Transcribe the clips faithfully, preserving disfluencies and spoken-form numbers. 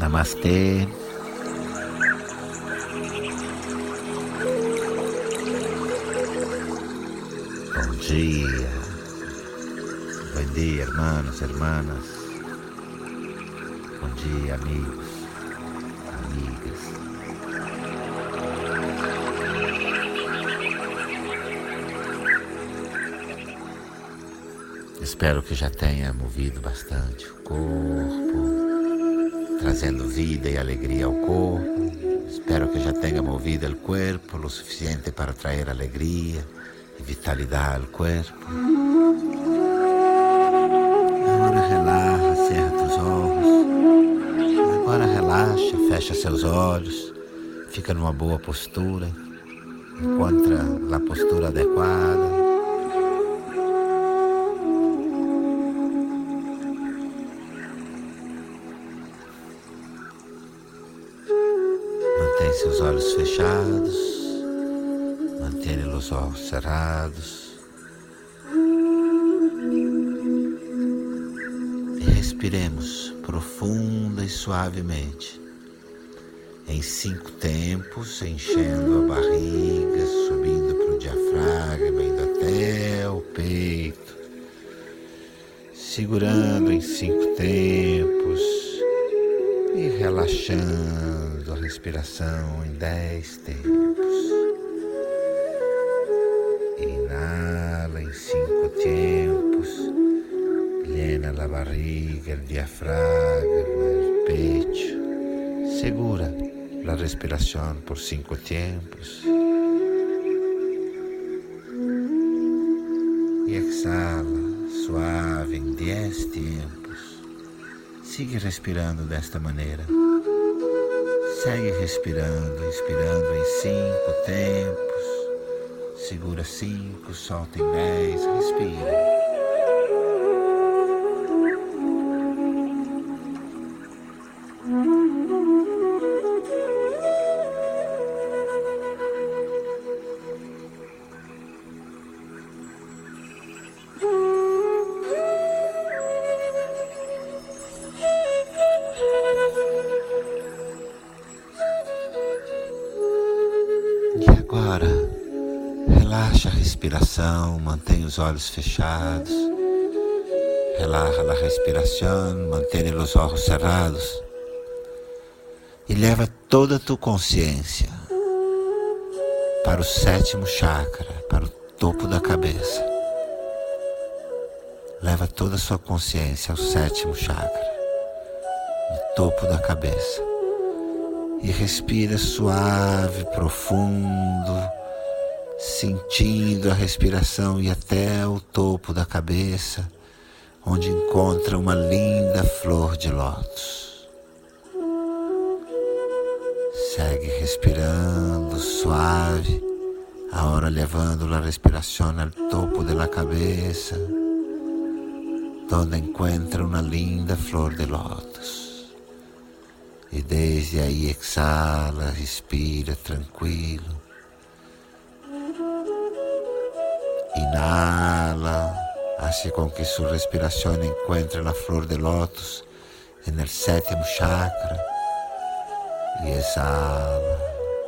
Namastê. Bom dia. Bom dia, hermanos, hermanas. Bom dia, amigos, amigas. Espero que já tenha movido bastante o corpo, trazendo vida e alegria ao corpo. Espero que já tenha movido o corpo o suficiente para trazer alegria e vitalidade ao corpo. Agora relaxa, cerra os olhos. Agora relaxa, fecha seus olhos, fica numa boa postura, encontra a postura adequada. Mantém seus olhos fechados, mantenha os olhos cerrados e respiremos profunda e suavemente em cinco tempos, enchendo a barriga, subindo para o diafragma, indo até o peito, segurando em cinco tempos e relaxando a respiração em dez tempos. Inhala em cinco tempos, llena a barriga, o diafragma, o pecho. Segura a respiração por cinco tempos. E exhala suave em dez tempos. Siga respirando desta maneira. Segue respirando, inspirando em cinco tempos. Segura cinco, solta em dez, respira. E agora, relaxa a respiração, mantém os olhos fechados. Relaxa a respiração, mantém os olhos cerrados. E leva toda a tua consciência para o sétimo chakra, para o topo da cabeça. Leva toda a sua consciência ao sétimo chakra, no topo da cabeça. E respira suave, profundo, sentindo a respiração e até o topo da cabeça, onde encontra uma linda flor de lótus. Segue respirando suave, agora levando a respiração ao topo da cabeça, onde encontra uma linda flor de lótus. E desde aí exala, respira tranquilo. Inhala, hace com que sua respiração encontre a flor de lótus no sétimo chakra. E exala.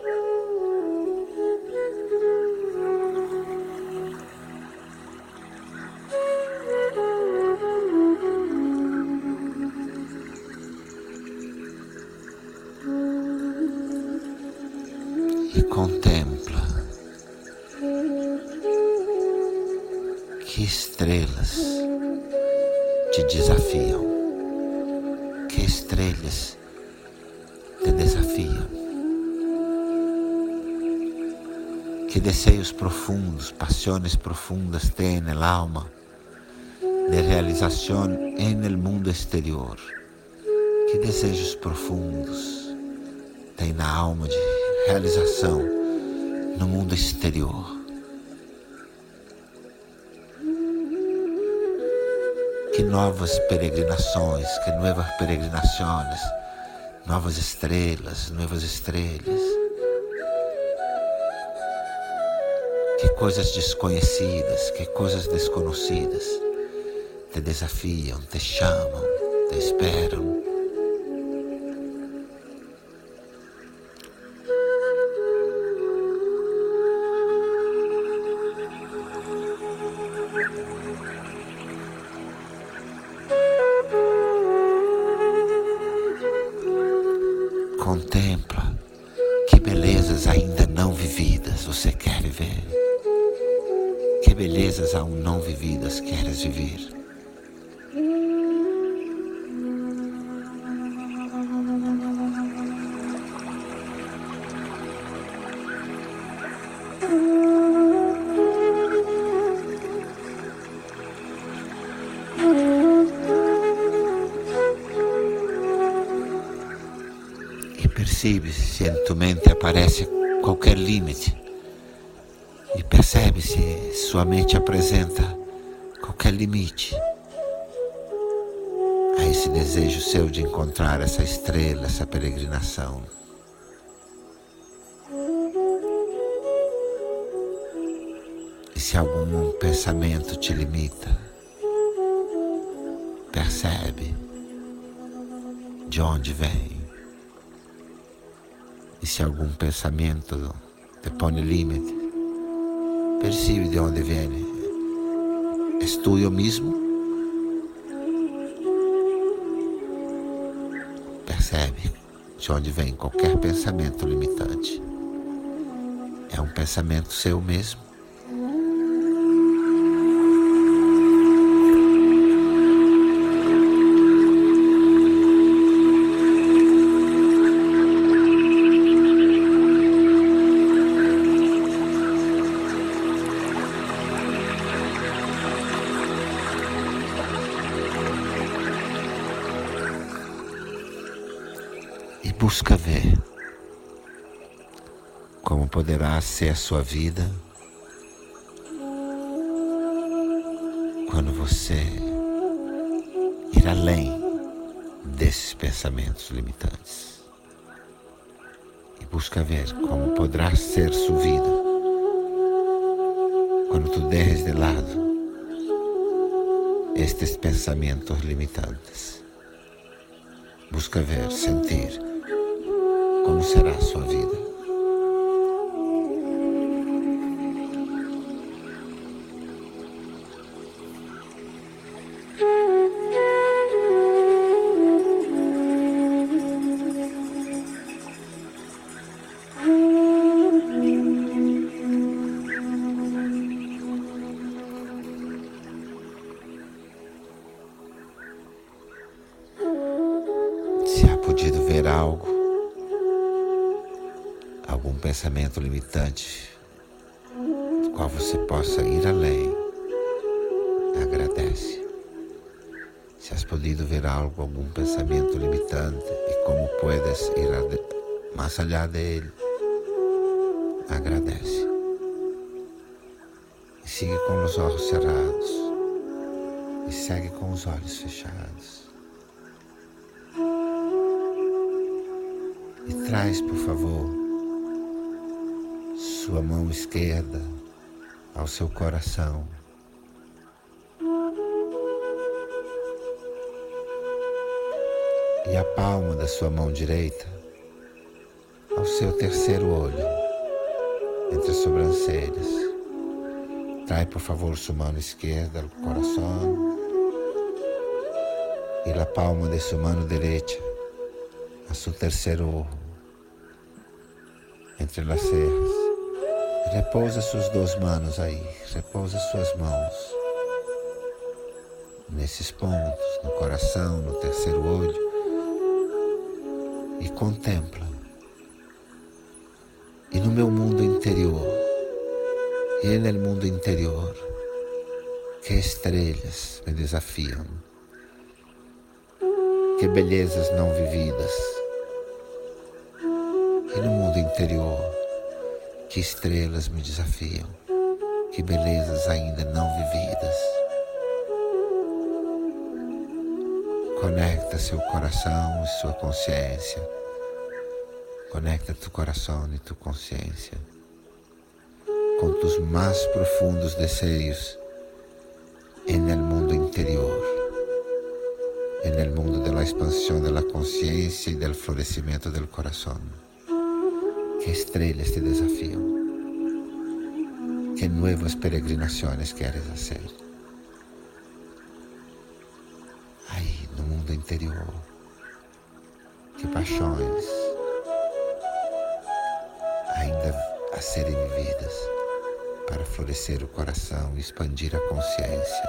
E contempla que estrelas te desafiam, que estrelas te desafiam, que desejos profundos, paixões profundas tem na alma de realização no mundo exterior, que desejos profundos tem na alma de realização no mundo exterior. Que novas peregrinações, que novas peregrinações, novas estrelas, novas estrelas. Que coisas desconhecidas, que coisas desconhecidas te desafiam, te chamam, te esperam. belezas aún não vividas queres viver? E percebe se em tua mente aparece qualquer limite. E percebe se sua mente apresenta qualquer limite a esse desejo seu de encontrar essa estrela, essa peregrinação. E se algum pensamento te limita, percebe de onde vem. E se algum pensamento te põe limite, percebe de onde vem. És tu eu mesmo? Percebe de onde vem qualquer pensamento limitante. É um pensamento seu mesmo? E busca ver como poderá ser a sua vida quando você ir além desses pensamentos limitantes. E busca ver como poderá ser sua vida quando tu deres de lado estes pensamentos limitantes. Busca ver, sentir como será a sua vida. Se há podido ver algo, algum pensamento limitante, do qual você possa ir além, agradece. Se has podido ver algo, algum pensamento limitante e como puedes ir ade- mais allá dele, agradece. E sigue com os olhos cerrados e segue com os olhos fechados. E traz, por favor, sua mão esquerda ao seu coração. E a palma da sua mão direita ao seu terceiro olho, entre as sobrancelhas. Traz, por favor, sua mão esquerda ao coração. E a palma de sua mão direita a seu terceiro olho, entre as cejas. Repousa suas duas mãos aí, repousa suas mãos nesses pontos, no coração, no terceiro olho, e contempla. E no meu mundo interior, e no mundo interior, que estrelas me desafiam, que belezas não vividas. E no mundo interior, que estrelas me desafiam, que belezas ainda não vividas. Conecta seu coração e sua consciência. Conecta tu coração e tu consciência com tus mais profundos desejos en el mundo interior, en el mundo de la expansión de la conciencia y del florecimiento del corazón. ¿Qué estrellas te desafían? ¿Qué nuevas peregrinaciones quieres hacer? Aí, no mundo interior, que paixões ainda a serem vividas, para florescer o coração e expandir a consciência.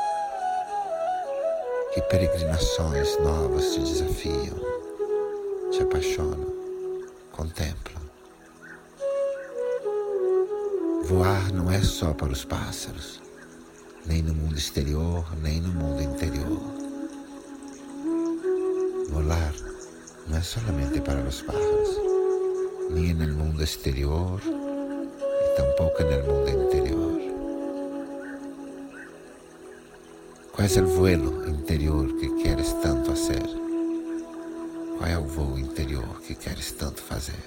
Que peregrinações novas te desafiam, te apaixonam, contemplam. Voar não é só para os pássaros, nem no mundo exterior, nem no mundo interior. Volar não é solamente para os pájaros, nem no mundo exterior e tampouco no mundo interior. Qual é o vuelo interior que queres tanto fazer? Qual é o voo interior que queres tanto fazer?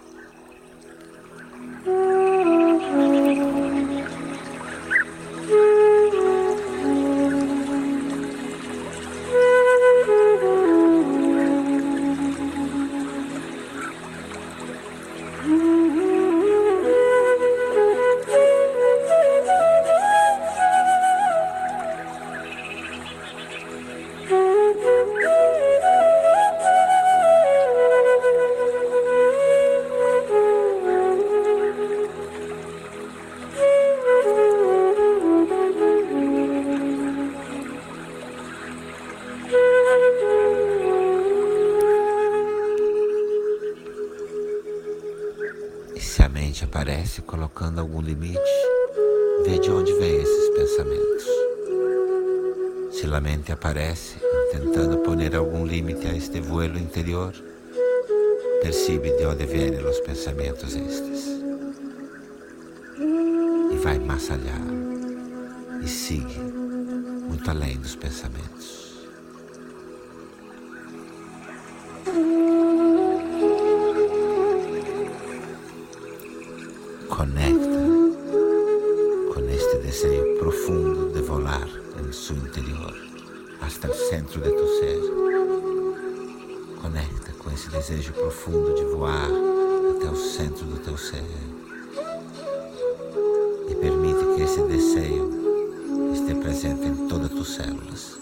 E se a mente aparece colocando algum limite, vê de onde vêm esses pensamentos. Se a mente aparece tentando poner algum limite a este vuelo interior, percebe de onde vêm os pensamentos estes. E vai mais allá, e sigue muito além dos pensamentos. Conecta com este desejo profundo de volar em seu interior, hasta o centro de tu ser. Conecta com esse desejo profundo de voar até o centro do teu ser. E permite que esse desejo esteja presente em todas as tuas células.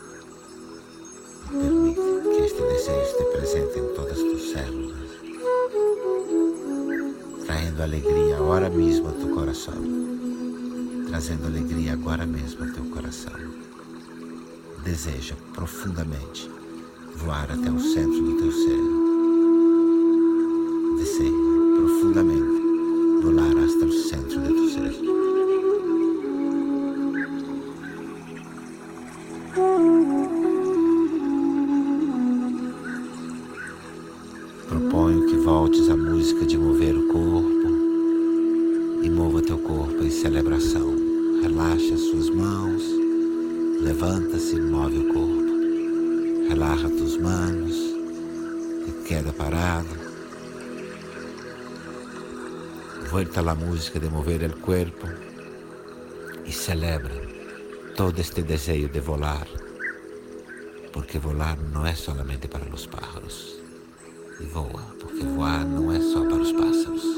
E permite que este desejo esteja presente em todas as tuas células, trazendo alegria agora mesmo ao teu coração, trazendo alegria agora mesmo ao teu coração. Deseja profundamente voar até o centro do teu ser. Deseja profundamente voar hasta o centro do teu ser. Proponho que voltes à música de mover o corpo e mova teu corpo em celebração. Relaxa suas mãos, levanta-se e move o corpo. Relaxa tuas mãos e queda parado. Vuelta à música de mover o corpo e celebra todo este desejo de volar, porque volar não é solamente para os pájaros. E voa, porque voar não é só para os pássaros.